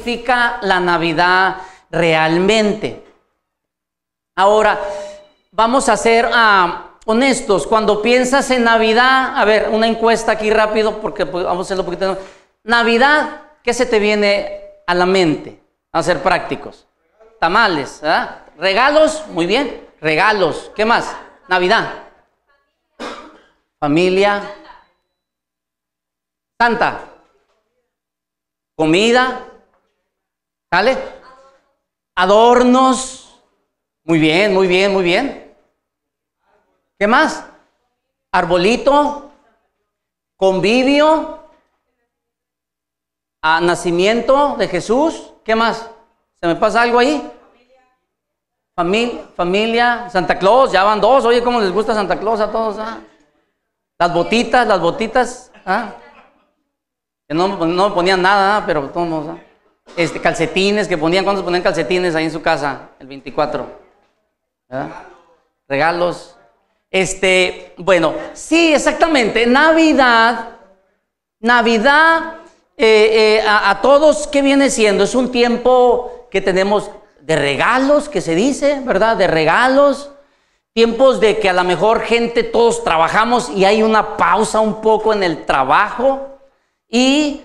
significa la Navidad realmente. Ahora, vamos a ser honestos. Cuando piensas en Navidad, a ver, una encuesta aquí rápido, porque vamos a hacerlo un poquito. Navidad, ¿qué se te viene a la mente? Vamos a ser prácticos. Tamales, ¿verdad? Regalos, muy bien. Regalos, ¿qué más? Navidad. Familia. Santa. Comida. ¿Sale? Adornos. Muy bien, muy bien, muy bien. ¿Qué más? Arbolito. Convivio. Nacimiento de Jesús. ¿Qué más? ¿Se me pasa algo ahí? Familia, Santa Claus, ya van dos. Oye, ¿cómo les gusta Santa Claus a todos? Las botitas. Que no me ponían nada, pero todos. Calcetines que ponían. ¿Cuántos ponían calcetines ahí en su casa? El 24. ¿Verdad? Regalos. Bueno, sí, exactamente. Navidad, a todos, ¿qué viene siendo? Es un tiempo que tenemos de regalos, que se dice, ¿verdad? De regalos. Tiempos de que a lo mejor todos trabajamos y hay una pausa un poco en el trabajo. Y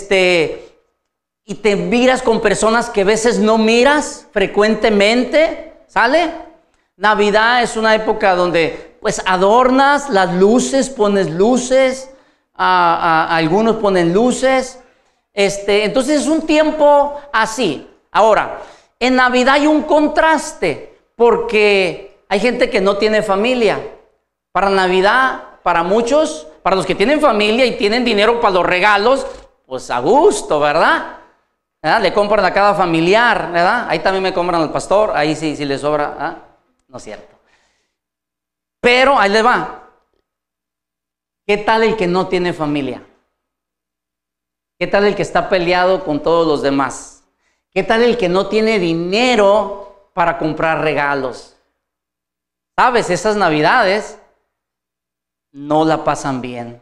te miras con personas que a veces no miras frecuentemente, ¿sale? Navidad es una época donde pues adornas las luces, pones luces, algunos ponen luces, entonces es un tiempo así. Ahora, en Navidad hay un contraste, porque hay gente que no tiene familia. Para Navidad, para muchos, para los que tienen familia y tienen dinero para los regalos, pues a gusto, ¿verdad? Le compran a cada familiar, ¿verdad? Ahí también me compran al pastor, ahí sí, si le sobra, ¿verdad? No es cierto. Pero ahí les va. ¿Qué tal el que no tiene familia? ¿Qué tal el que está peleado con todos los demás? ¿Qué tal el que no tiene dinero para comprar regalos? ¿Sabes? Esas Navidades no la pasan bien.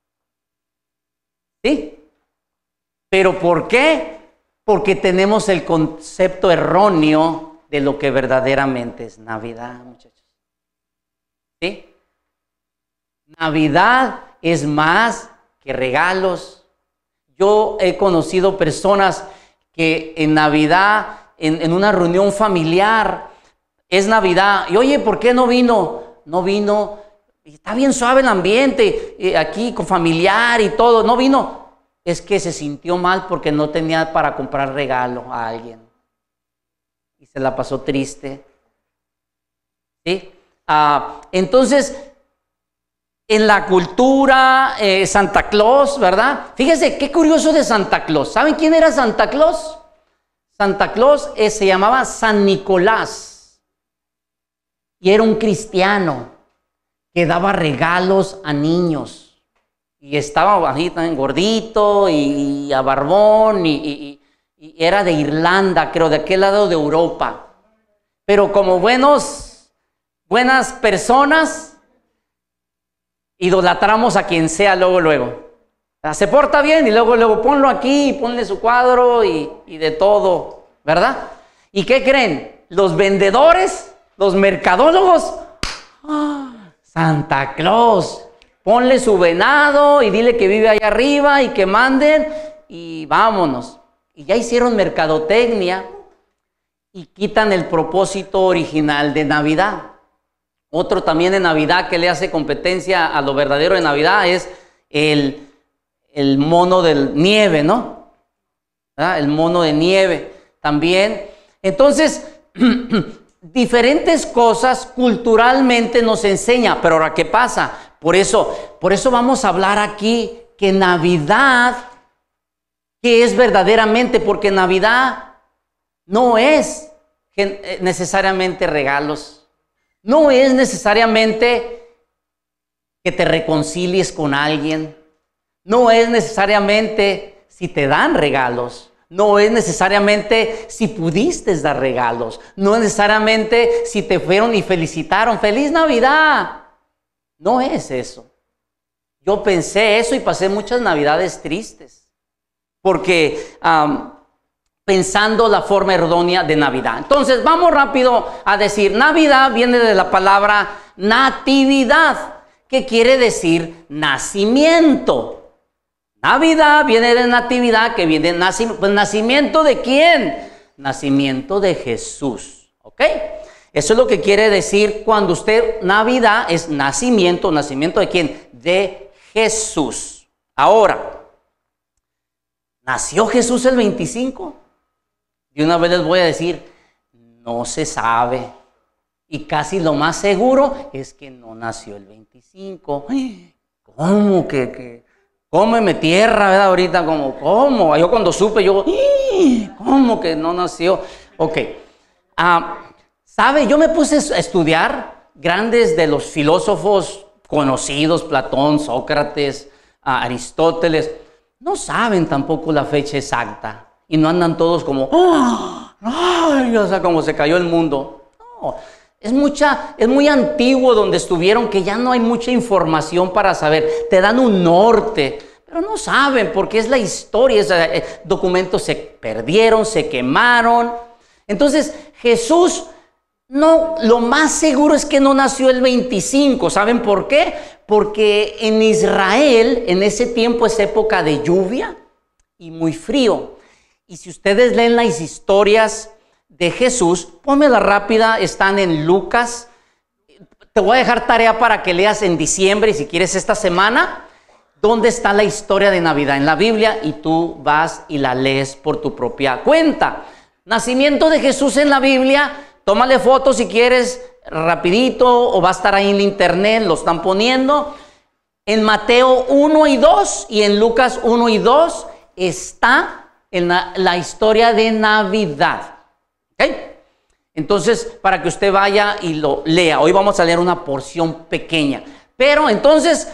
¿Sí? ¿Pero por qué? Porque tenemos el concepto erróneo de lo que verdaderamente es Navidad, muchachos. ¿Sí? Navidad es más que regalos. Yo he conocido personas que en Navidad, en una reunión familiar, es Navidad, y oye, ¿por qué no vino? No vino, está bien suave el ambiente, aquí con familiar y todo, no vino. Es que se sintió mal porque no tenía para comprar regalo a alguien. Y se la pasó triste. ¿Sí? Entonces, en la cultura, Santa Claus, ¿verdad? Fíjense, qué curioso de Santa Claus. ¿Saben quién era Santa Claus? Santa Claus se llamaba San Nicolás. Y era un cristiano que daba regalos a niños. Y estaba así tan gordito y a barbón y era de Irlanda, creo, de aquel lado de Europa. Pero como buenas personas, idolatramos a quien sea luego. Se porta bien y luego ponlo aquí, ponle su cuadro y de todo, ¿verdad? ¿Y qué creen? Los vendedores, los mercadólogos, Santa Claus, ponle su venado y dile que vive allá arriba y que manden y vámonos. Y ya hicieron mercadotecnia y quitan el propósito original de Navidad. Otro también de Navidad que le hace competencia a lo verdadero de Navidad es el mono de nieve, ¿no? ¿Verdad? El mono de nieve también. Entonces, diferentes cosas culturalmente nos enseña. Pero ahora, ¿qué pasa? Por eso vamos a hablar aquí que Navidad, ¿qué es verdaderamente? Porque Navidad no es necesariamente regalos. No es necesariamente que te reconcilies con alguien. No es necesariamente si te dan regalos. No es necesariamente si pudiste dar regalos. No es necesariamente si te fueron y felicitaron. ¡Feliz Navidad! No es eso. Yo pensé eso y pasé muchas Navidades tristes. Porque pensando la forma errónea de Navidad. Entonces, vamos rápido a decir, Navidad viene de la palabra natividad, que quiere decir nacimiento. Navidad viene de natividad, que viene de nacimiento. Pues, ¿nacimiento de quién? Nacimiento de Jesús, ¿ok? Eso es lo que quiere decir cuando usted, Navidad es nacimiento. ¿Nacimiento de quién? De Jesús. Ahora, ¿nació Jesús el 25? Y una vez les voy a decir, no se sabe. Y casi lo más seguro es que no nació el 25. ¿Cómo que cómeme tierra, verdad? Ahorita, ¿cómo? Yo cuando supe, ¿cómo que no nació? Ok. ¿Sabe? Yo me puse a estudiar grandes de los filósofos conocidos, Platón, Sócrates, Aristóteles. No saben tampoco la fecha exacta. Y no andan todos como, o sea, como se cayó el mundo. No, es muy antiguo donde estuvieron, que ya no hay mucha información para saber. Te dan un norte, pero no saben porque es la historia. Documentos se perdieron, se quemaron. Entonces, Jesús, no, lo más seguro es que no nació el 25. ¿Saben por qué? Porque en Israel, en ese tiempo es época de lluvia y muy frío. Y si ustedes leen las historias de Jesús, pónmela rápida, están en Lucas. Te voy a dejar tarea para que leas en diciembre, y si quieres esta semana, dónde está la historia de Navidad en la Biblia, y tú vas y la lees por tu propia cuenta. Nacimiento de Jesús en la Biblia, tómale fotos si quieres, rapidito, o va a estar ahí en el internet, lo están poniendo. En Mateo 1 y 2 y en Lucas 1 y 2 está en la historia de Navidad. ¿Ok? Entonces, para que usted vaya y lo lea. Hoy vamos a leer una porción pequeña. Pero entonces,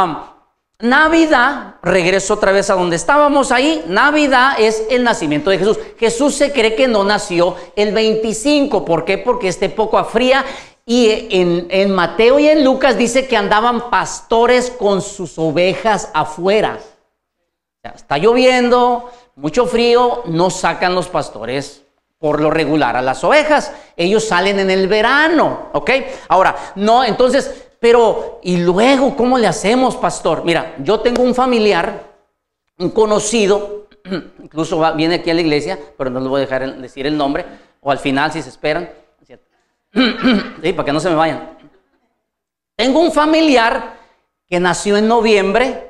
Navidad, regreso otra vez a donde estábamos ahí. Navidad es el nacimiento de Jesús. Jesús se cree que no nació el 25. ¿Por qué? Porque esta época fría. Y en Mateo y en Lucas dice que andaban pastores con sus ovejas afuera. O sea, está lloviendo, mucho frío, no sacan los pastores por lo regular a las ovejas. Ellos salen en el verano, ¿ok? Ahora, no, entonces, pero, ¿y luego cómo le hacemos, pastor? Mira, yo tengo un familiar, un conocido, incluso viene aquí a la iglesia, pero no les voy a dejar decir el nombre, o al final si se esperan, sí, para que no se me vayan. Tengo un familiar que nació en noviembre,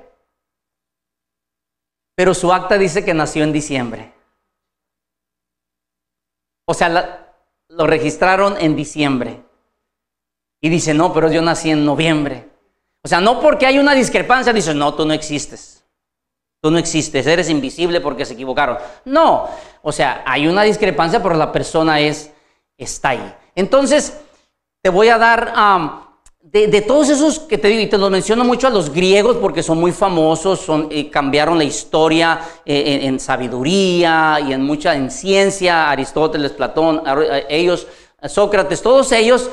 pero su acta dice que nació en diciembre. O sea, lo registraron en diciembre. Y dice, no, pero yo nací en noviembre. O sea, no porque hay una discrepancia, dice, no, tú no existes. Tú no existes, eres invisible porque se equivocaron. No, o sea, hay una discrepancia, pero la persona está ahí. Entonces, te voy a dar... De todos esos que te digo, y te los menciono mucho a los griegos porque son muy famosos, cambiaron la historia en sabiduría y en ciencia, Aristóteles, Platón, ellos, Sócrates, todos ellos,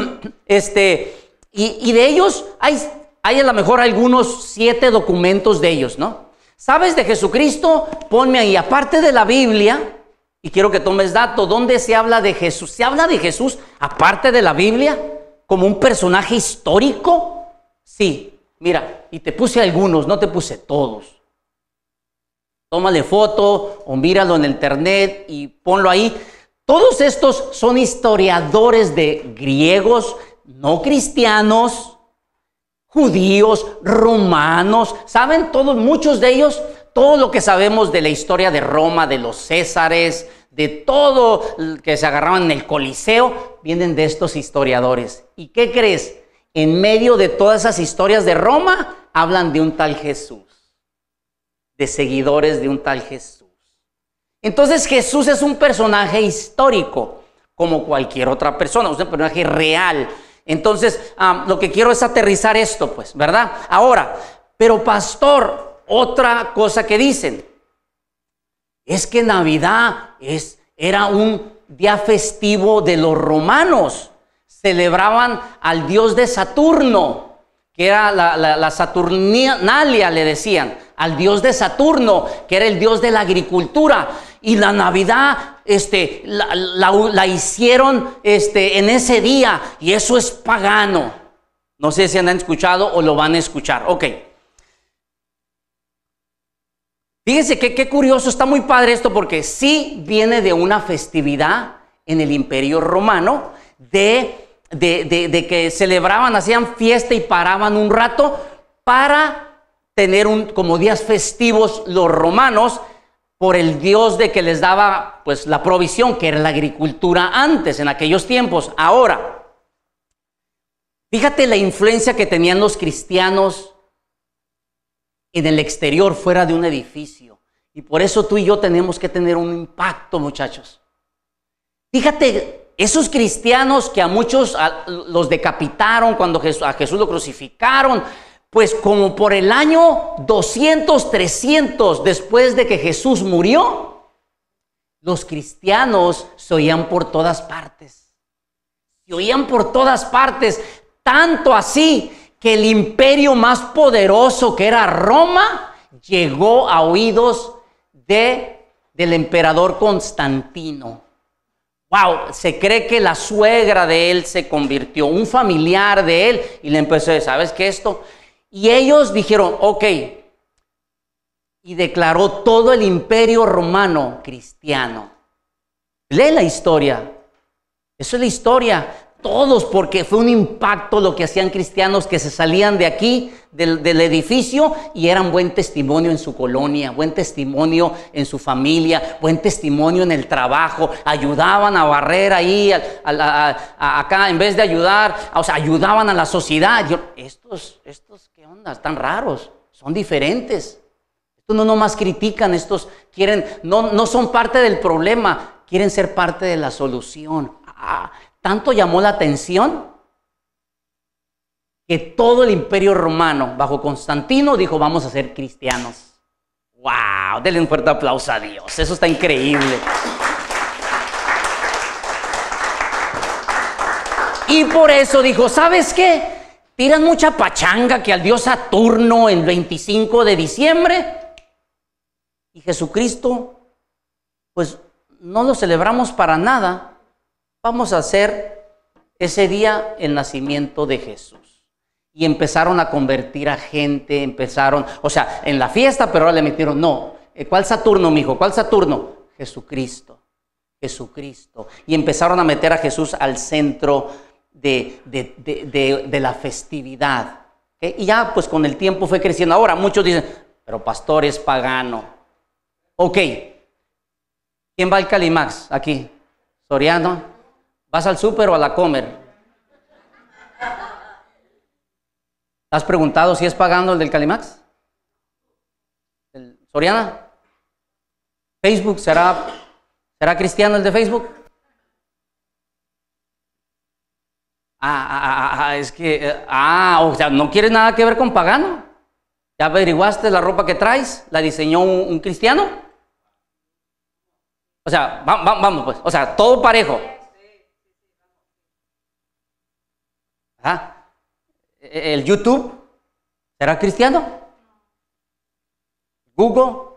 y de ellos hay a lo mejor algunos 7 documentos de ellos, ¿no? ¿Sabes de Jesucristo? Ponme ahí, aparte de la Biblia, y quiero que tomes dato, ¿dónde se habla de Jesús? ¿Se habla de Jesús aparte de la Biblia? ¿Como un personaje histórico? Sí, mira, y te puse algunos, no te puse todos. Tómale foto o míralo en internet y ponlo ahí. Todos estos son historiadores de griegos, no cristianos, judíos, romanos. ¿Saben todos, muchos de ellos, todo lo que sabemos de la historia de Roma, de los Césares, de todo que se agarraban en el Coliseo, vienen de estos historiadores. ¿Y qué crees? En medio de todas esas historias de Roma, hablan de un tal Jesús, de seguidores de un tal Jesús. Entonces Jesús es un personaje histórico, como cualquier otra persona, es un personaje real. Entonces, lo que quiero es aterrizar esto, pues, ¿verdad? Ahora, pero pastor, otra cosa que dicen, es que Navidad era un día festivo de los romanos. Celebraban al dios de Saturno, que era la Saturnalia, le decían, al dios de Saturno, que era el dios de la agricultura. y la Navidad la hicieron en ese día, y eso es pagano. No sé si han escuchado o lo van a escuchar. Ok. Fíjense qué curioso, está muy padre esto, porque sí viene de una festividad en el Imperio Romano, de que celebraban, hacían fiesta y paraban un rato para tener como días festivos los romanos, por el dios de que les daba pues la provisión, que era la agricultura antes, en aquellos tiempos. Ahora, fíjate la influencia que tenían los cristianos en el exterior, fuera de un edificio. Y por eso tú y yo tenemos que tener un impacto, muchachos. Fíjate, esos cristianos que a muchos los decapitaron cuando a Jesús lo crucificaron, pues como por el año 200, 300 después de que Jesús murió, los cristianos se oían por todas partes. Se oían por todas partes, tanto así que el imperio más poderoso, que era Roma, llegó a oídos del emperador Constantino. Wow, se cree que la suegra de él se convirtió, un familiar de él, y le empezó a decir, ¿sabes qué esto? Y ellos dijeron, ok, y declaró todo el imperio romano cristiano. Lee la historia, eso es la historia. Todos, porque fue un impacto lo que hacían cristianos, que se salían de aquí, del edificio, y eran buen testimonio en su colonia, buen testimonio en su familia, buen testimonio en el trabajo, ayudaban a barrer ahí, acá, en vez de ayudar, o sea, ayudaban a la sociedad. Estos, ¿qué onda? Están raros, son diferentes. Estos no nomás critican, estos quieren, no son parte del problema, quieren ser parte de la solución. Tanto llamó la atención que todo el imperio romano bajo Constantino dijo, vamos a ser cristianos. ¡Wow! Denle un fuerte aplauso a Dios. Eso está increíble. Y por eso dijo, ¿sabes qué? Tiran mucha pachanga que al dios Saturno el 25 de diciembre. Y Jesucristo, pues no lo celebramos para nada. Vamos a hacer ese día el nacimiento de Jesús. Y empezaron a convertir a gente, o sea, en la fiesta, pero ahora le metieron, no, ¿cuál Saturno, mijo? ¿Cuál Saturno? Jesucristo, Jesucristo. Y empezaron a meter a Jesús al centro de la festividad. ¿Okay? Y ya, pues con el tiempo fue creciendo. Ahora muchos dicen, pero pastor, es pagano. Ok, ¿quién va al Calimax aquí? ¿Soriano? ¿Vas al súper o a la Comer? ¿Has preguntado si es pagando el del Calimax? ¿El Soriana? ¿Facebook? ¿Será cristiano el de Facebook? Es que, o sea, ¿no quieres nada que ver con pagano? ¿Ya averiguaste la ropa que traes? ¿La diseñó un cristiano? O sea, vamos pues, o sea, todo parejo. ¿El YouTube será cristiano? ¿Google?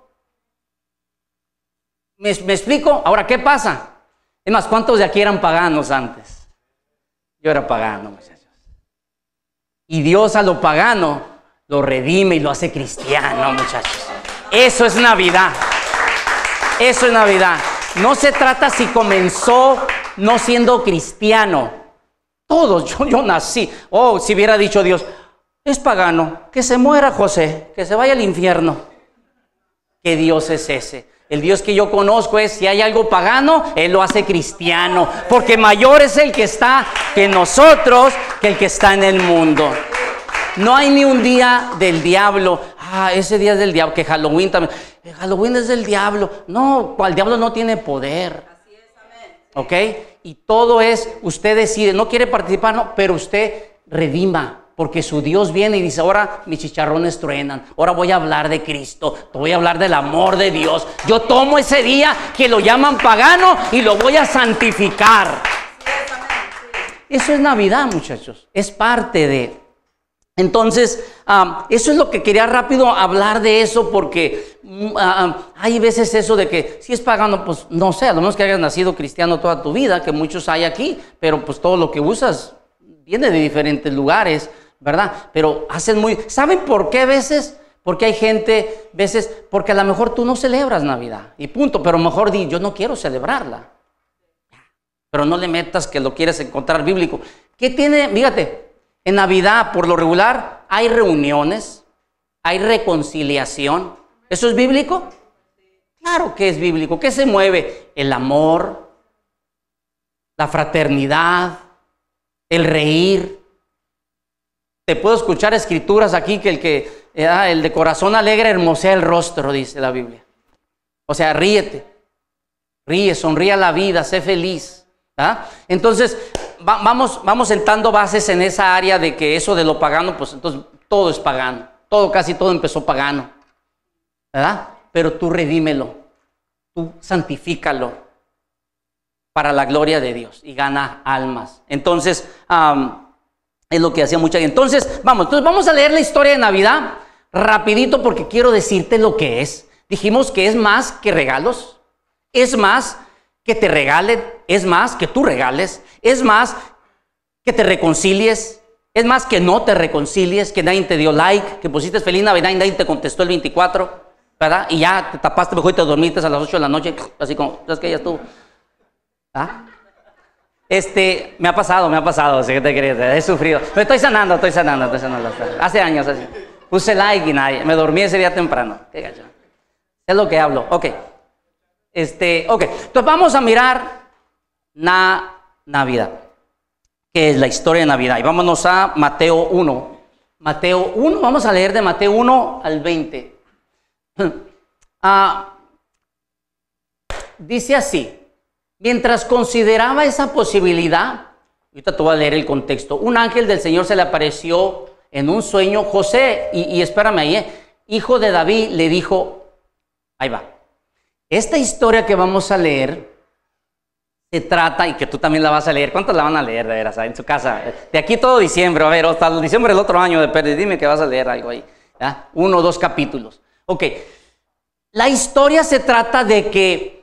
¿Me explico? Ahora, ¿qué pasa? Es más, ¿cuántos de aquí eran paganos antes? Yo era pagano, muchachos. Y Dios a lo pagano lo redime y lo hace cristiano, muchachos. Eso es Navidad. Eso es Navidad. No se trata si comenzó no siendo cristiano. Todos, yo nací. Si hubiera dicho Dios, es pagano, que se muera José, que se vaya al infierno. ¿Qué Dios es ese? El Dios que yo conozco es, si hay algo pagano, Él lo hace cristiano. Porque mayor es el que está que nosotros, que el que está en el mundo. No hay ni un día del diablo. Ese día es del diablo, que Halloween también. Halloween es del diablo. No, el diablo no tiene poder. Así es, amén. ¿Ok? Y todo es, usted decide, no quiere participar, no, pero usted redima, porque su Dios viene y dice, ahora mis chicharrones truenan, ahora voy a hablar de Cristo, te voy a hablar del amor de Dios. Yo tomo ese día que lo llaman pagano y lo voy a santificar. Así es, amén. Sí. Eso es Navidad, muchachos, es parte de... Entonces, eso es lo que quería rápido hablar de eso, porque hay veces eso de que si es pagano, pues no sé, a lo menos que hayas nacido cristiano toda tu vida, que muchos hay aquí, pero pues todo lo que usas viene de diferentes lugares, ¿verdad? Pero ¿saben por qué a veces? Porque hay gente, porque a lo mejor tú no celebras Navidad, y punto, pero mejor yo no quiero celebrarla. Pero no le metas que lo quieres encontrar bíblico. ¿Qué tiene? Fíjate. En Navidad, por lo regular, hay reuniones, hay reconciliación. ¿Eso es bíblico? Claro que es bíblico. ¿Qué se mueve? El amor, la fraternidad, el reír. Te puedo escuchar escrituras aquí que el de corazón alegre hermosea el rostro, dice la Biblia. O sea, ríete, sonríe a la vida, sé feliz. Entonces, vamos sentando bases en esa área de que eso de lo pagano, pues entonces todo es pagano. Casi todo empezó pagano, ¿verdad? Pero tú redímelo, tú santifícalo para la gloria de Dios y gana almas. Entonces, es lo que hacía mucha gente. Entonces vamos a leer la historia de Navidad rapidito porque quiero decirte lo que es. Dijimos que es más que regalos, es más que te regalen, es más que tú regales, es más que te reconcilies, es más que no te reconcilies, que nadie te dio like, que pusiste feliz Navidad y nadie te contestó el 24, ¿verdad? Y ya te tapaste mejor y te dormiste a las 8 de la noche, así como, ¿sabes qué? Ya estuvo. Me ha pasado, sé que te quería, he sufrido. Me estoy sanando. Hace años así. Puse like y nadie, me dormí ese día temprano. Qué gacho. Es lo que hablo, ok. Entonces vamos a mirar Navidad, que es la historia de Navidad. Y vámonos a Mateo 1. Mateo 1, vamos a leer de Mateo 1 al 20. Dice así: mientras consideraba esa posibilidad, ahorita te voy a leer el contexto, un ángel del Señor se le apareció en un sueño. José, y espérame ahí, hijo de David, le dijo, ahí va. Esta historia que vamos a leer se trata, y que tú también la vas a leer. ¿Cuántos la van a leer de veras en su casa? De aquí todo diciembre, a ver, hasta diciembre del otro año, dime que vas a leer algo ahí. ¿Ya? 1 o 2 capítulos. Ok. La historia se trata de que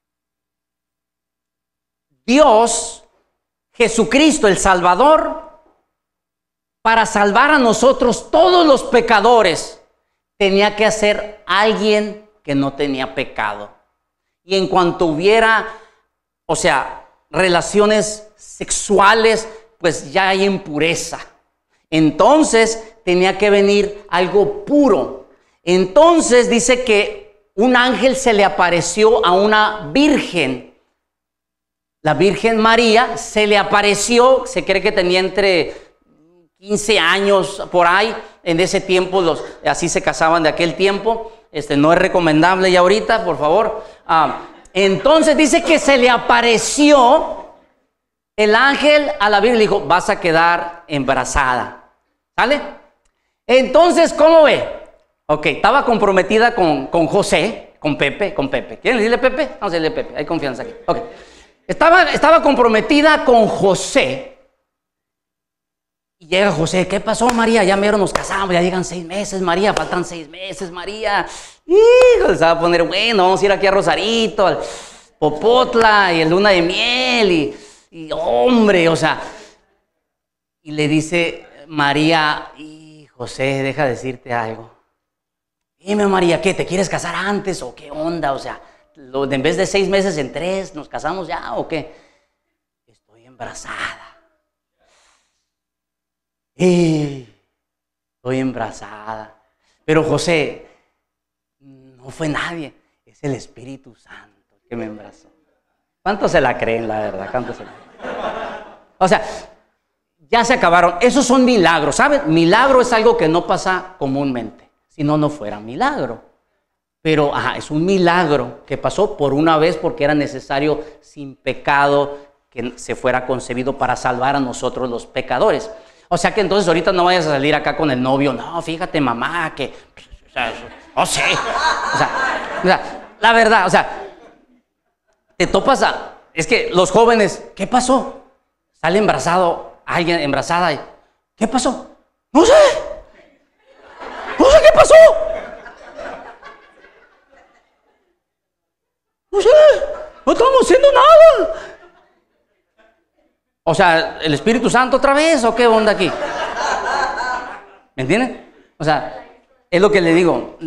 Dios, Jesucristo, el Salvador, para salvar a nosotros todos los pecadores, tenía que hacer alguien que no tenía pecado. Y en cuanto hubiera, relaciones sexuales, pues ya hay impureza. Entonces tenía que venir algo puro. Entonces dice que un ángel se le apareció a una virgen. La Virgen María se le apareció, se cree que tenía entre 15 años por ahí. En ese tiempo así se casaban de aquel tiempo. No es recomendable ya ahorita, por favor. Entonces dice que se le apareció el ángel a la Virgen y le dijo, vas a quedar embarazada. ¿Sale? Entonces, ¿cómo ve? Ok, estaba comprometida con José, con Pepe. ¿Quieren decirle Pepe? Vamos a decirle Pepe, hay confianza aquí. Ok. Estaba comprometida con José. Y llega José, ¿qué pasó, María? Ya mero nos casamos, ya llegan 6 meses, María, faltan 6 meses, María. Hijo, se va a poner bueno, vamos a ir aquí a Rosarito, al Popotla y el luna de miel y hombre, y le dice María, y José, deja decirte algo. Dime, María, ¿qué? ¿Te quieres casar antes o qué onda? En vez de 6 meses en 3, ¿nos casamos ya o qué? Estoy embarazada. Estoy embarazada. Pero José, no fue nadie, es el Espíritu Santo que me embarazó. ¿Cuántos se la creen, la verdad? ¿Cuántos se la creen? Ya se acabaron. Esos son milagros, ¿saben? Milagro es algo que no pasa comúnmente. Si no, no fuera milagro. Pero es un milagro que pasó por una vez porque era necesario sin pecado que se fuera concebido para salvar a nosotros los pecadores. O sea que entonces ahorita no vayas a salir acá con el novio. No, fíjate, mamá, que... no sé. La verdad, te topas es que los jóvenes, ¿qué pasó? Sale embarazado, alguien embarazada. ¿Qué pasó? No sé qué pasó. No sé, no estamos haciendo nada. O sea, ¿el Espíritu Santo otra vez o qué onda aquí? ¿Me entienden? O sea, es lo que le digo.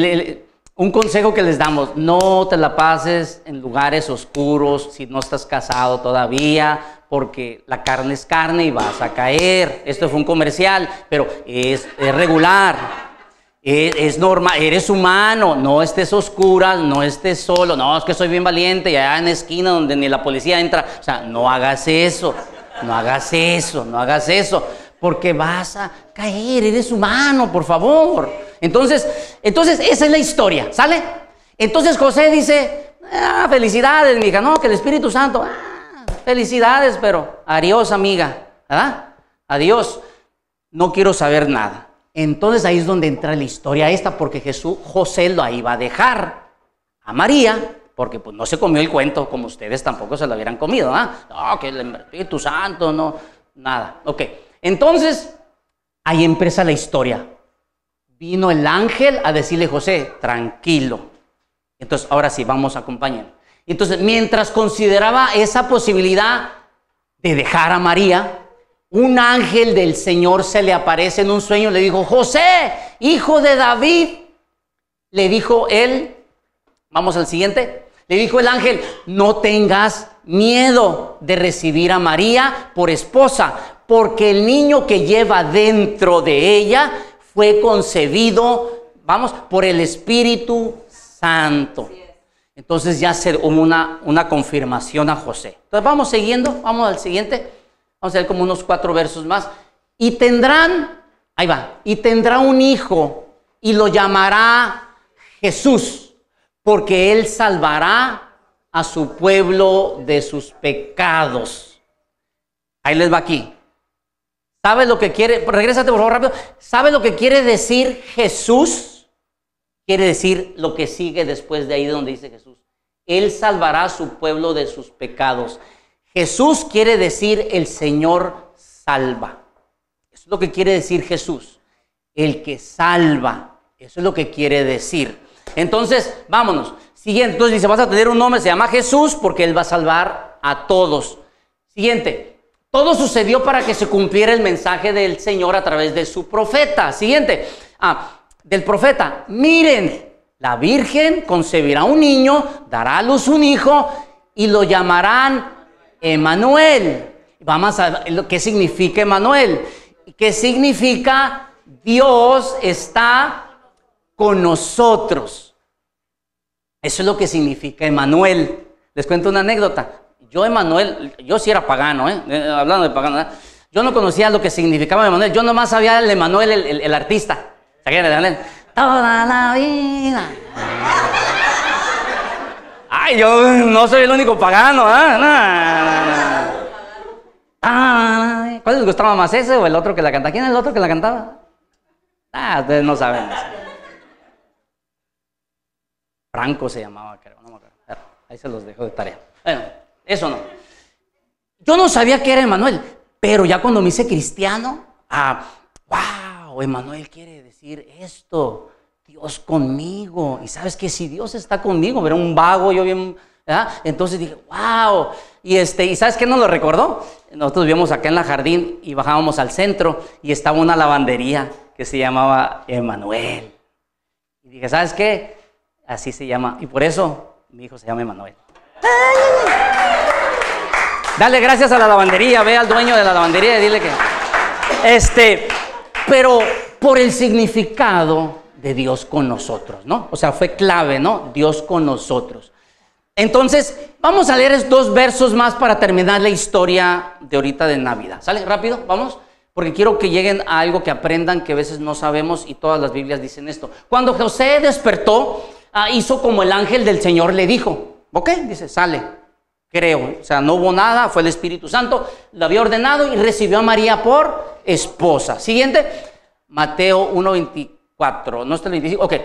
Un consejo que les damos: no te la pases en lugares oscuros si no estás casado todavía, porque la carne es carne y vas a caer. Esto fue un comercial, pero es regular. Es normal, eres humano, no estés oscuras, no estés solo. No, es que soy bien valiente y allá en la esquina donde ni la policía entra. O sea, no hagas eso, no hagas eso, no hagas eso, porque vas a caer, eres humano, por favor. Entonces esa es la historia, ¿sale? Entonces José dice: felicidades, mija, no, que el Espíritu Santo, felicidades, pero adiós, amiga, ¿verdad? Adiós, no quiero saber nada. Entonces ahí es donde entra la historia esta, porque José lo iba a dejar a María, porque pues no se comió el cuento, como ustedes tampoco se lo hubieran comido, ¿ah? No, que el Espíritu Santo, no, nada. Ok, entonces ahí empieza la historia. Vino el ángel a decirle: José, tranquilo. Entonces ahora sí, vamos a acompañar. Entonces, mientras consideraba esa posibilidad de dejar a María, un ángel del Señor se le aparece en un sueño y le dijo: José, hijo de David. Le dijo él, vamos al siguiente, le dijo el ángel: no tengas miedo de recibir a María por esposa, porque el niño que lleva dentro de ella fue concebido, por el Espíritu Santo. Entonces ya hubo una confirmación a José. Entonces vamos siguiendo, vamos al siguiente. Vamos a ver como unos 4 versos más. Y tendrán, ahí va, y tendrá un hijo y lo llamará Jesús, porque él salvará a su pueblo de sus pecados. Ahí les va aquí. ¿Sabe lo que quiere? Regrésate por favor rápido. ¿Sabe lo que quiere decir Jesús? Quiere decir lo que sigue después de ahí donde dice Jesús. Él salvará a su pueblo de sus pecados. Jesús quiere decir el Señor salva. Eso es lo que quiere decir Jesús. El que salva. Eso es lo que quiere decir. Entonces, vámonos. Siguiente. Entonces dice: vas a tener un nombre, se llama Jesús, porque Él va a salvar a todos. Siguiente. Todo sucedió para que se cumpliera el mensaje del Señor a través de su profeta. Siguiente. Del profeta: miren, la Virgen concebirá un niño, dará a luz un hijo y lo llamarán Emmanuel. Vamos a ver qué significa Emmanuel. ¿Qué significa? Dios está con nosotros. Eso es lo que significa Emmanuel. Les cuento una anécdota. Yo sí era pagano, hablando de pagano, yo no conocía lo que significaba Emmanuel. Yo nomás sabía el Emmanuel, el artista. Toda la vida. Ay, yo no soy el único pagano, ¿Cuál les gustaba más, ese o el otro que la cantaba? ¿Quién es el otro que la cantaba? Ustedes no saben. Franco se llamaba, creo, no me acuerdo. Ahí se los dejo de tarea. Bueno, eso no. Yo no sabía que era Emmanuel, pero ya cuando me hice cristiano, wow, Emmanuel quiere decir esto. Dios conmigo. Y sabes que si Dios está conmigo, era un vago, yo bien, ¿verdad? Entonces dije, wow. Y ¿sabes qué nos lo recordó? Nosotros vivíamos acá en la Jardín y bajábamos al centro y estaba una lavandería que se llamaba Emmanuel. Y dije, ¿sabes qué? Así se llama. Y por eso mi hijo se llama Emmanuel. Dale gracias a la lavandería, ve al dueño de la lavandería y dile que... Pero por el significado de Dios con nosotros, ¿no? O sea, fue clave, ¿no? Dios con nosotros. Entonces, vamos a leer 2 versos más para terminar la historia de ahorita de Navidad. ¿Sale? Rápido, vamos. Porque quiero que lleguen a algo que aprendan que a veces no sabemos y todas las Biblias dicen esto. Cuando José despertó, hizo como el ángel del Señor le dijo. ¿Ok? Dice, sale. Creo. O sea, no hubo nada, fue el Espíritu Santo, lo había ordenado y recibió a María por esposa. Siguiente, Mateo 1:24. No está el 25. Ok.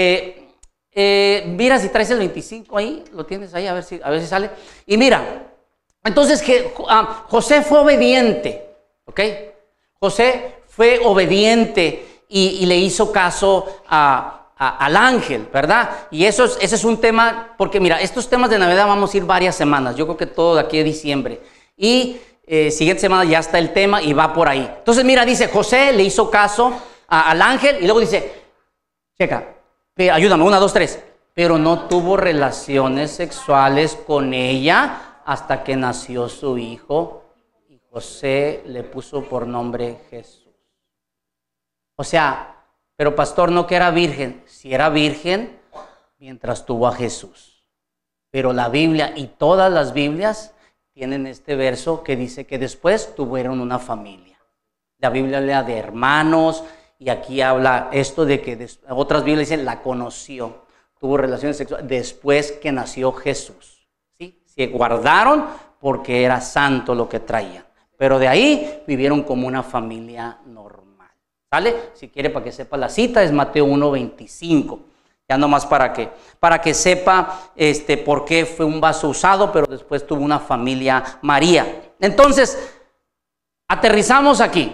Mira si traes el 25 ahí, lo tienes ahí, a ver si sale. Y mira, entonces José fue obediente. ¿Ok? José fue obediente y le hizo caso al ángel, ¿verdad? Y ese es un tema, porque mira, estos temas de Navidad vamos a ir varias semanas, yo creo que todo de aquí a diciembre. Y siguiente semana ya está el tema y va por ahí. Entonces mira, dice, José le hizo caso al ángel y luego dice, checa, ayúdame, 1, 2, 3. Pero no tuvo relaciones sexuales con ella hasta que nació su hijo y José le puso por nombre Jesús. O sea, pero pastor, no que era virgen. Sí era virgen mientras tuvo a Jesús. Pero la Biblia y todas las Biblias tienen este verso que dice que después tuvieron una familia. La Biblia habla de hermanos y aquí habla esto de que otras Biblias dicen la conoció. Tuvo relaciones sexuales después que nació Jesús. ¿Sí? Se guardaron porque era santo lo que traían. Pero de ahí vivieron como una familia normal. ¿Sale? Si quiere para que sepa la cita es Mateo 1:25. Ya nomás para que sepa por qué fue un vaso usado, pero después tuvo una familia María. Entonces, aterrizamos aquí.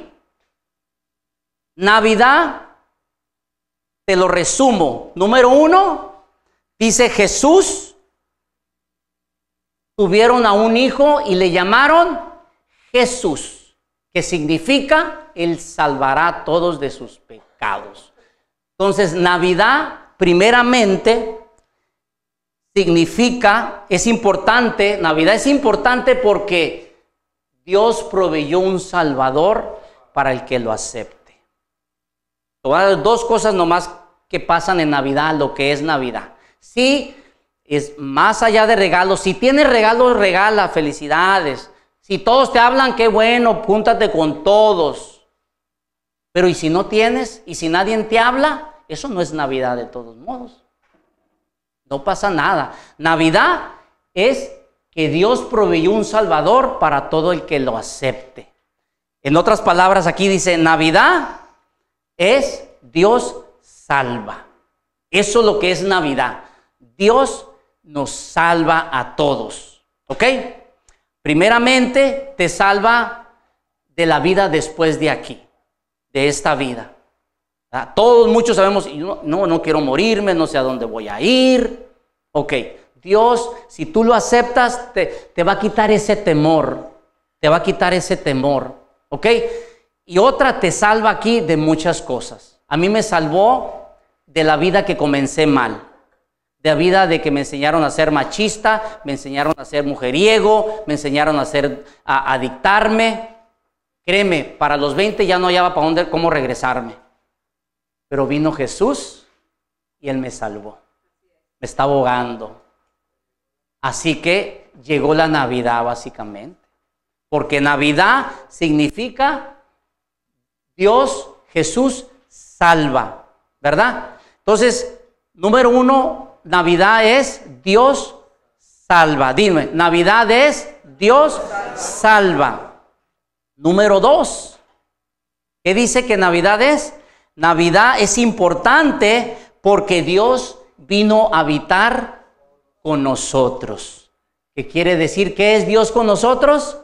Navidad, te lo resumo. Número 1, dice Jesús, tuvieron a un hijo y le llamaron Jesús, que significa Él salvará a todos de sus pecados. Entonces, Navidad, primeramente, significa, es importante, Navidad es importante porque Dios proveyó un Salvador para el que lo acepte. Te voy a dar 2 cosas nomás que pasan en Navidad, lo que es Navidad. Sí, es más allá de regalos. Si tienes regalos, regala, felicidades. Si todos te hablan, qué bueno, júntate con todos. Pero ¿y si no tienes? ¿Y si nadie te habla? Eso no es Navidad de todos modos. No pasa nada. Navidad es que Dios proveyó un Salvador para todo el que lo acepte. En otras palabras, aquí dice, Navidad es Dios salva. Eso es lo que es Navidad. Dios nos salva a todos. ¿Ok? Primeramente, te salva de la vida después de aquí, de esta vida. Todos, muchos sabemos, no quiero morirme, no sé a dónde voy a ir. Ok, Dios, si tú lo aceptas, te va a quitar ese temor. Te va a quitar ese temor. Ok, y otra te salva aquí de muchas cosas. A mí me salvó de la vida que comencé mal. De la vida de que me enseñaron a ser machista, me enseñaron a ser mujeriego, me enseñaron a adictarme. Créeme, para los 20 ya no hallaba cómo regresarme. Pero vino Jesús y Él me salvó. Me está ahogando. Así que llegó la Navidad básicamente. Porque Navidad significa Dios, Jesús, salva. ¿Verdad? Entonces, número 1, Navidad es Dios salva. Dime, Navidad es Dios salva. Número 2, ¿qué dice que Navidad es? Navidad es importante porque Dios vino a habitar con nosotros. ¿Qué quiere decir? ¿Qué es Dios con nosotros?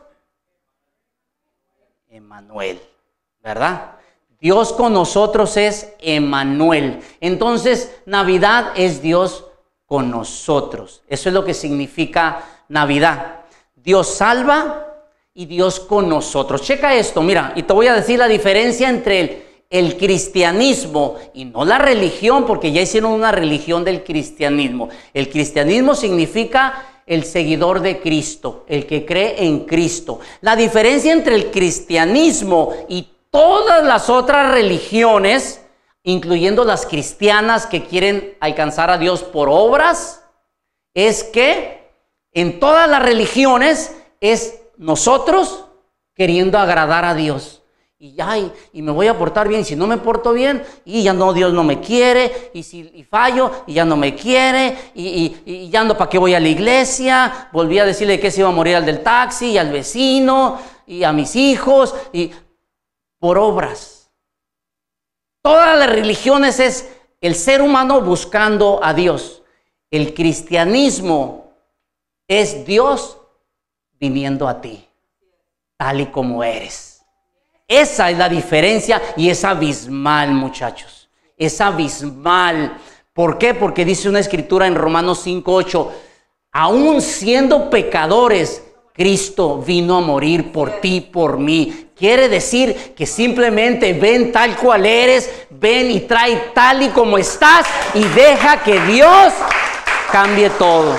Emmanuel, ¿verdad? Dios con nosotros es Emmanuel. Entonces, Navidad es Dios con nosotros. Eso es lo que significa Navidad. Dios salva y Dios con nosotros. Checa esto, mira, y te voy a decir la diferencia entre el cristianismo y no la religión, porque ya hicieron una religión del cristianismo. El cristianismo significa el seguidor de Cristo, el que cree en Cristo. La diferencia entre el cristianismo y todas las otras religiones, incluyendo las cristianas que quieren alcanzar a Dios por obras, es que en todas las religiones es nosotros queriendo agradar a Dios. Y me voy a portar bien, y si no me porto bien, y ya no, Dios no me quiere, y fallo, y ya no me quiere, y ya no, ¿para qué voy a la iglesia? Volví a decirle que se iba a morir al del taxi, y al vecino, y a mis hijos, y por obras. Todas las religiones es el ser humano buscando a Dios. El cristianismo es Dios viniendo a ti, tal y como eres. Esa es la diferencia y es abismal, muchachos. Es abismal. ¿Por qué? Porque dice una escritura en Romanos 5:8, aún siendo pecadores, Cristo vino a morir por ti, por mí. Quiere decir que simplemente ven tal cual eres, ven y trae tal y como estás y deja que Dios cambie todo.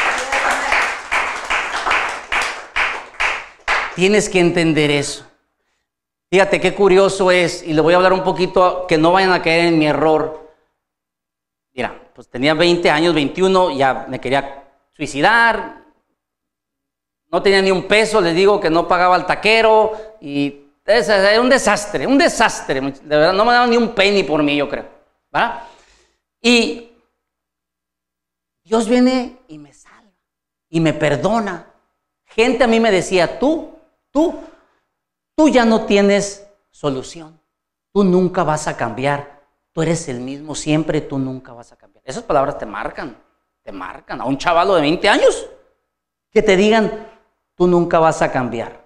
Tienes que entender eso. Fíjate qué curioso es, y le voy a hablar un poquito, que no vayan a caer en mi error. Mira, pues tenía 20 años, 21, ya me quería suicidar. No tenía ni un peso, les digo que no pagaba al taquero y era un desastre, de verdad, no me daban ni un penny por mí, yo creo, ¿verdad? Y Dios viene y me salva y me perdona. Gente a mí me decía, tú ya no tienes solución, tú nunca vas a cambiar, tú eres el mismo siempre, tú nunca vas a cambiar. Esas palabras te marcan a un chavalo de 20 años, que te digan, tú nunca vas a cambiar.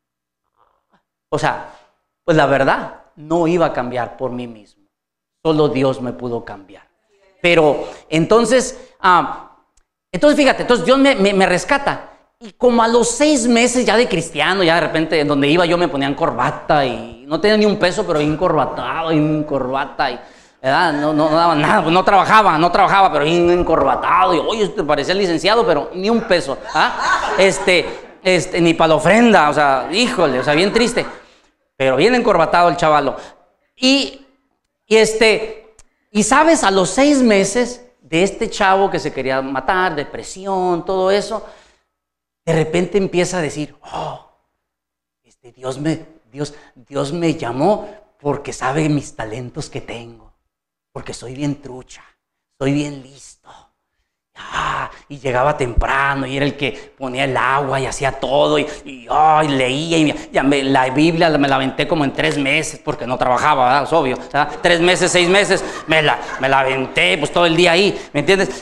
O sea, pues la verdad, no iba a cambiar por mí mismo. Solo Dios me pudo cambiar. Pero entonces fíjate, entonces Dios me rescata. Y como a los 6 meses ya de cristiano, ya de repente donde iba yo me ponían corbata y no tenía ni un peso, pero bien encorbatado, y corbata y ¿verdad? No daba nada, pues no trabajaba, pero bien encorbatado y oye, te parecía licenciado, pero ni un peso, ni para la ofrenda, o sea, híjole, o sea, bien triste, pero bien encorbatado el chavalo. Y sabes, a los 6 meses de este chavo que se quería matar, depresión, todo eso, de repente empieza a decir, Dios me llamó porque sabe mis talentos que tengo, porque soy bien trucha, soy bien listo. Y llegaba temprano y era el que ponía el agua y hacía todo y leía y la Biblia me la aventé como en 3 meses porque no trabajaba, ¿verdad? Es obvio, ¿verdad? 3 meses, 6 meses me la aventé pues todo el día ahí, ¿me entiendes?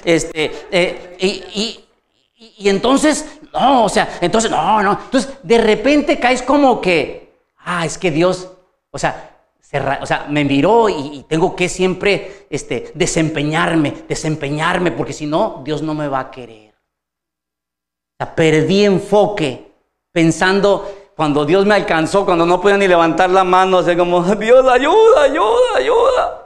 Y entonces, entonces de repente caes como que, es que Dios, me miró y tengo que siempre desempeñarme, porque si no, Dios no me va a querer. O sea, perdí enfoque pensando, cuando Dios me alcanzó, cuando no podía ni levantar la mano, como, Dios, ayuda.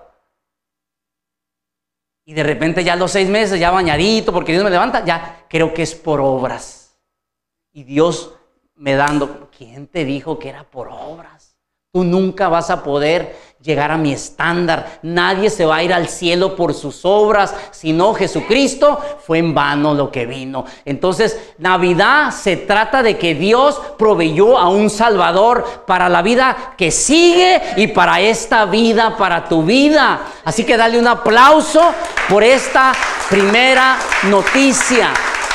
Y de repente ya a los 6 meses, ya bañadito, porque Dios me levanta, ya creo que es por obras. Y Dios me dando, ¿quién te dijo que era por obras? Tú nunca vas a poder llegar a mi estándar. Nadie se va a ir al cielo por sus obras, sino Jesucristo fue en vano lo que vino. Entonces, Navidad se trata de que Dios proveyó a un Salvador para la vida que sigue y para esta vida, para tu vida. Así que dale un aplauso por esta primera noticia.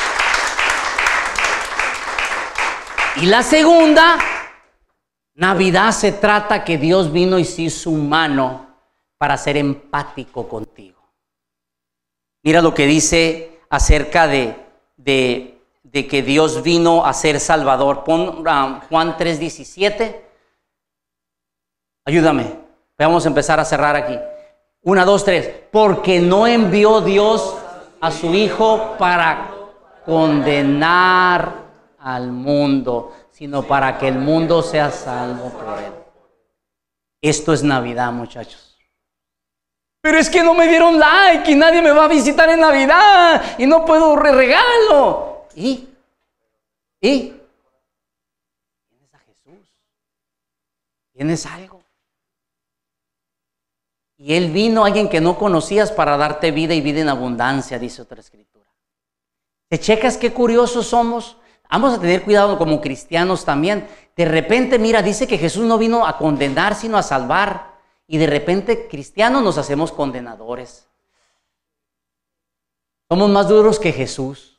Y la segunda, Navidad se trata que Dios vino y se hizo humano para ser empático contigo. Mira lo que dice acerca de que Dios vino a ser Salvador. Pon Juan 3:17. Ayúdame. Vamos a empezar a cerrar aquí. 1, 2, 3. Porque no envió Dios a su Hijo para condenar al mundo, sino para que el mundo sea salvo por él. Esto es Navidad, muchachos. Pero es que no me dieron like y nadie me va a visitar en Navidad y no puedo regalo. ¿Y? Tienes a Jesús. Tienes algo. Y Él vino, alguien que no conocías, para darte vida y vida en abundancia, dice otra escritura. ¿Te checas qué curiosos somos? Vamos a tener cuidado como cristianos también. De repente, mira, dice que Jesús no vino a condenar, sino a salvar. Y de repente, cristianos, nos hacemos condenadores. Somos más duros que Jesús.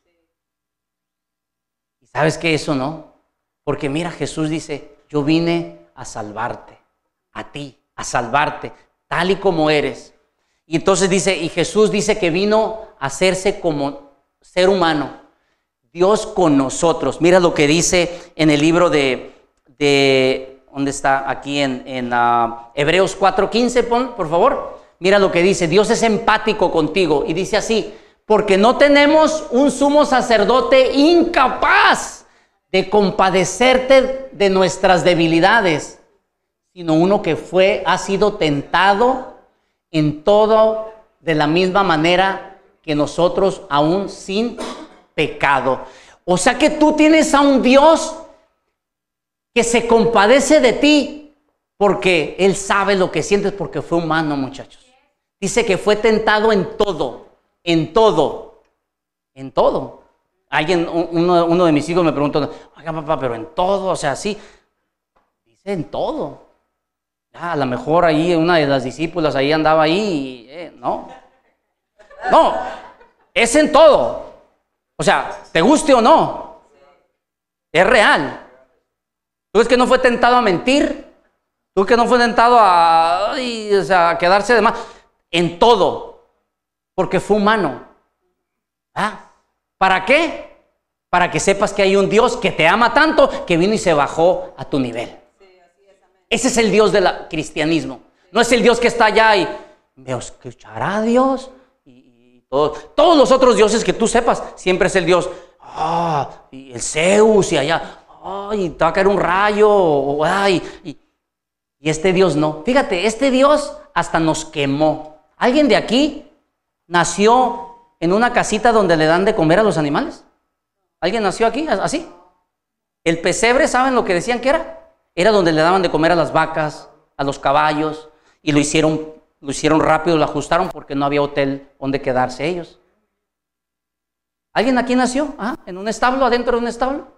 ¿Y sabes qué? Eso no. Porque mira, Jesús dice, yo vine a salvarte, a ti, a salvarte, tal y como eres. Y entonces dice, y Jesús dice que vino a hacerse como ser humano. Dios con nosotros. Mira lo que dice en el libro de ¿Dónde está? Aquí en Hebreos 4:15, por favor. Mira lo que dice, Dios es empático contigo y dice así, porque no tenemos un sumo sacerdote incapaz de compadecerte de nuestras debilidades, sino uno que ha sido tentado en todo de la misma manera que nosotros, aún sin pecado. O sea que tú tienes a un Dios que se compadece de ti porque Él sabe lo que sientes porque fue humano, muchachos. Dice que fue tentado en todo, en todo, en todo. Uno de mis hijos me preguntó, oiga papá, pero en todo, o sea, sí. Dice en todo. A lo mejor ahí una de las discípulas ahí andaba ahí y, no, es en todo. O sea, te guste o no, es real. ¿Tú ves que no fue tentado a mentir? ¿Tú ves que no fue tentado a quedarse de más? En todo, porque fue humano. ¿Para qué? Para que sepas que hay un Dios que te ama tanto que vino y se bajó a tu nivel. Ese es el Dios del cristianismo. No es el Dios que está allá y me escuchará Dios. Y todos los otros dioses que tú sepas, siempre es el Dios. Y el Zeus y allá. Y te va a caer un rayo. Y este Dios no. Fíjate, este Dios hasta nos quemó. ¿Alguien de aquí nació en una casita donde le dan de comer a los animales? ¿Alguien nació aquí así? El pesebre, ¿saben lo que decían que era? Era donde le daban de comer a las vacas, a los caballos, y lo hicieron rápido, lo ajustaron porque no había hotel donde quedarse ellos. ¿Alguien aquí nació? ¿En un establo, adentro de un establo?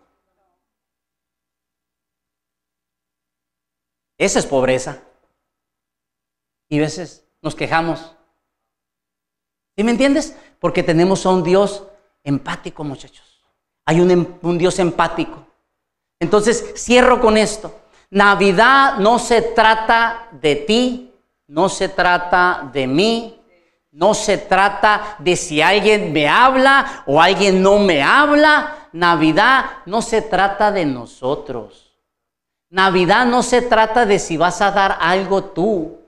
Esa es pobreza. Y a veces nos quejamos. ¿Sí me entiendes? Porque tenemos a un Dios empático, muchachos. Hay un Dios empático. Entonces, cierro con esto. Navidad no se trata de ti, no se trata de mí, no se trata de si alguien me habla o alguien no me habla. Navidad no se trata de nosotros. Navidad no se trata de si vas a dar algo tú.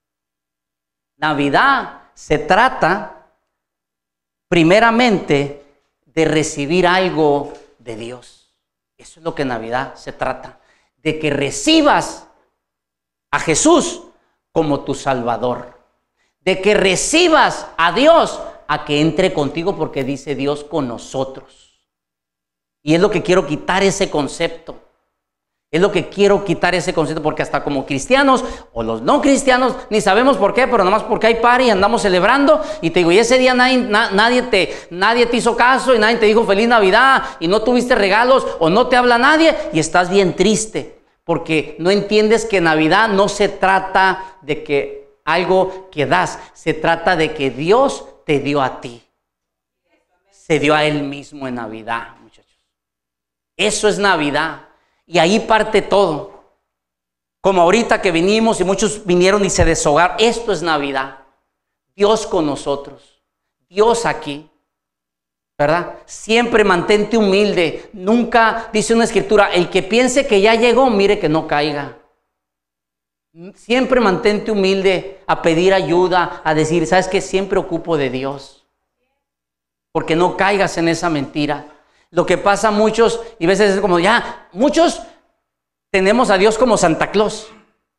Navidad se trata primeramente de recibir algo de Dios. Eso es lo que Navidad se trata. De que recibas a Jesús como tu Salvador. De que recibas a Dios a que entre contigo porque dice Dios con nosotros. Y es lo que quiero quitar ese concepto. Es lo que quiero quitar ese concepto porque hasta como cristianos o los no cristianos ni sabemos por qué, pero nada más porque hay party y andamos celebrando y te digo, y ese día nadie te hizo caso y nadie te dijo feliz Navidad y no tuviste regalos o no te habla nadie y estás bien triste porque no entiendes que Navidad no se trata de que algo que das, se trata de que Dios te dio a ti. Se dio a Él mismo en Navidad, muchachos. Eso es Navidad. Y ahí parte todo. Como ahorita que vinimos y muchos vinieron y se deshogaron. Esto es Navidad. Dios con nosotros. Dios aquí. ¿Verdad? Siempre mantente humilde. Nunca, dice una escritura, el que piense que ya llegó, mire que no caiga. Siempre mantente humilde a pedir ayuda, a decir, ¿sabes qué? Siempre ocupo de Dios. Porque no caigas en esa mentira. Lo que pasa muchos, y a veces es como, muchos tenemos a Dios como Santa Claus.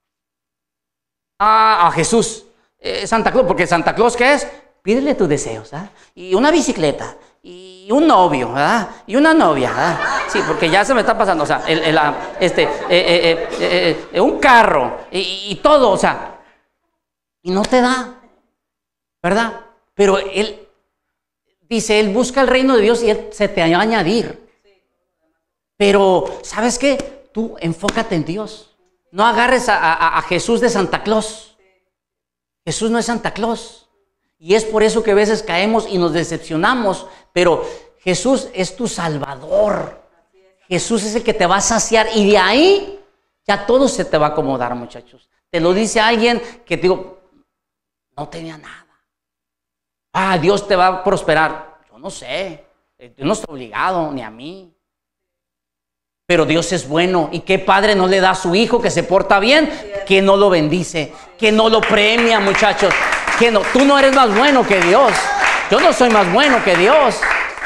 A Jesús. Santa Claus, porque Santa Claus, ¿qué es? Pídele tus deseos, y una bicicleta, y un novio, y una novia, sí, porque ya se me está pasando, o sea, un carro, y todo, o sea, y no te da, ¿verdad? Pero Él dice, Él busca el reino de Dios y Él se te va a añadir. Pero, ¿sabes qué? Tú enfócate en Dios. No agarres a Jesús de Santa Claus. Jesús no es Santa Claus. Y es por eso que a veces caemos y nos decepcionamos. Pero Jesús es tu Salvador. Jesús es el que te va a saciar. Y de ahí ya todo se te va a acomodar, muchachos. Te lo dice alguien que te digo, no tenía nada. Dios te va a prosperar. Yo no sé. Dios no está obligado, ni a mí. Pero Dios es bueno. ¿Y qué padre no le da a su hijo que se porta bien? Que no lo bendice, que no lo premia, muchachos. Que no, tú no eres más bueno que Dios. Yo no soy más bueno que Dios.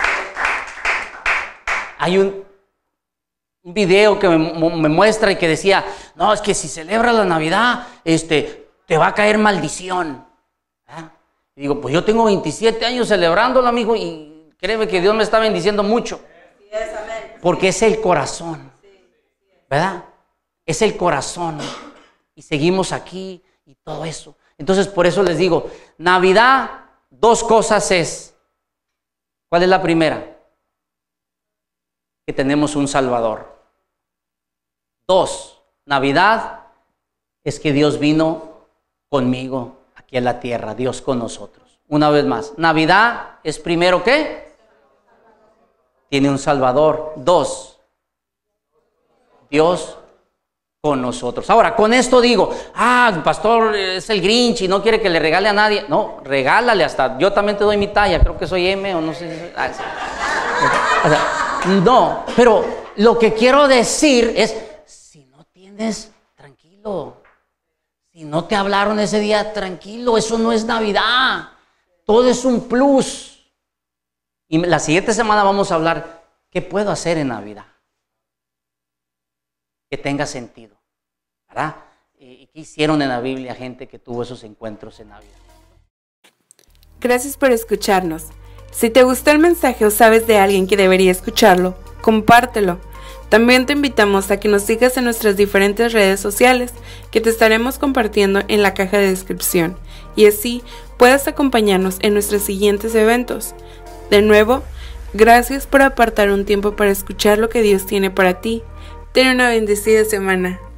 Hay un video que me muestra y que decía, no, es que si celebras la Navidad, te va a caer maldición. ¿Ah? Y digo, pues yo tengo 27 años celebrándola, amigo, y créeme que Dios me está bendiciendo mucho. Porque es el corazón, ¿verdad? Es el corazón. Y seguimos aquí y todo eso. Entonces, por eso les digo, Navidad, dos cosas es. ¿Cuál es la primera? Que tenemos un Salvador. Dos, Navidad es que Dios vino conmigo aquí a la tierra, Dios con nosotros. Una vez más, Navidad es primero ¿qué? Tiene un Salvador. Dos, Dios con nosotros. Ahora, con esto digo, el pastor es el Grinch y no quiere que le regale a nadie. No, regálale hasta, yo también te doy mi talla, creo que soy M o no sé. No, pero lo que quiero decir es, si no tienes, tranquilo. Si no te hablaron ese día, tranquilo, eso no es Navidad. Todo es un plus. Y la siguiente semana vamos a hablar, ¿qué puedo hacer en Navidad? Que tenga sentido, ¿verdad? ¿Y qué hicieron en la Biblia gente que tuvo esos encuentros en Navidad? Gracias por escucharnos. Si te gustó el mensaje o sabes de alguien que debería escucharlo, compártelo. También te invitamos a que nos sigas en nuestras diferentes redes sociales que te estaremos compartiendo en la caja de descripción y así puedas acompañarnos en nuestros siguientes eventos. De nuevo, gracias por apartar un tiempo para escuchar lo que Dios tiene para ti. Ten una bendecida semana.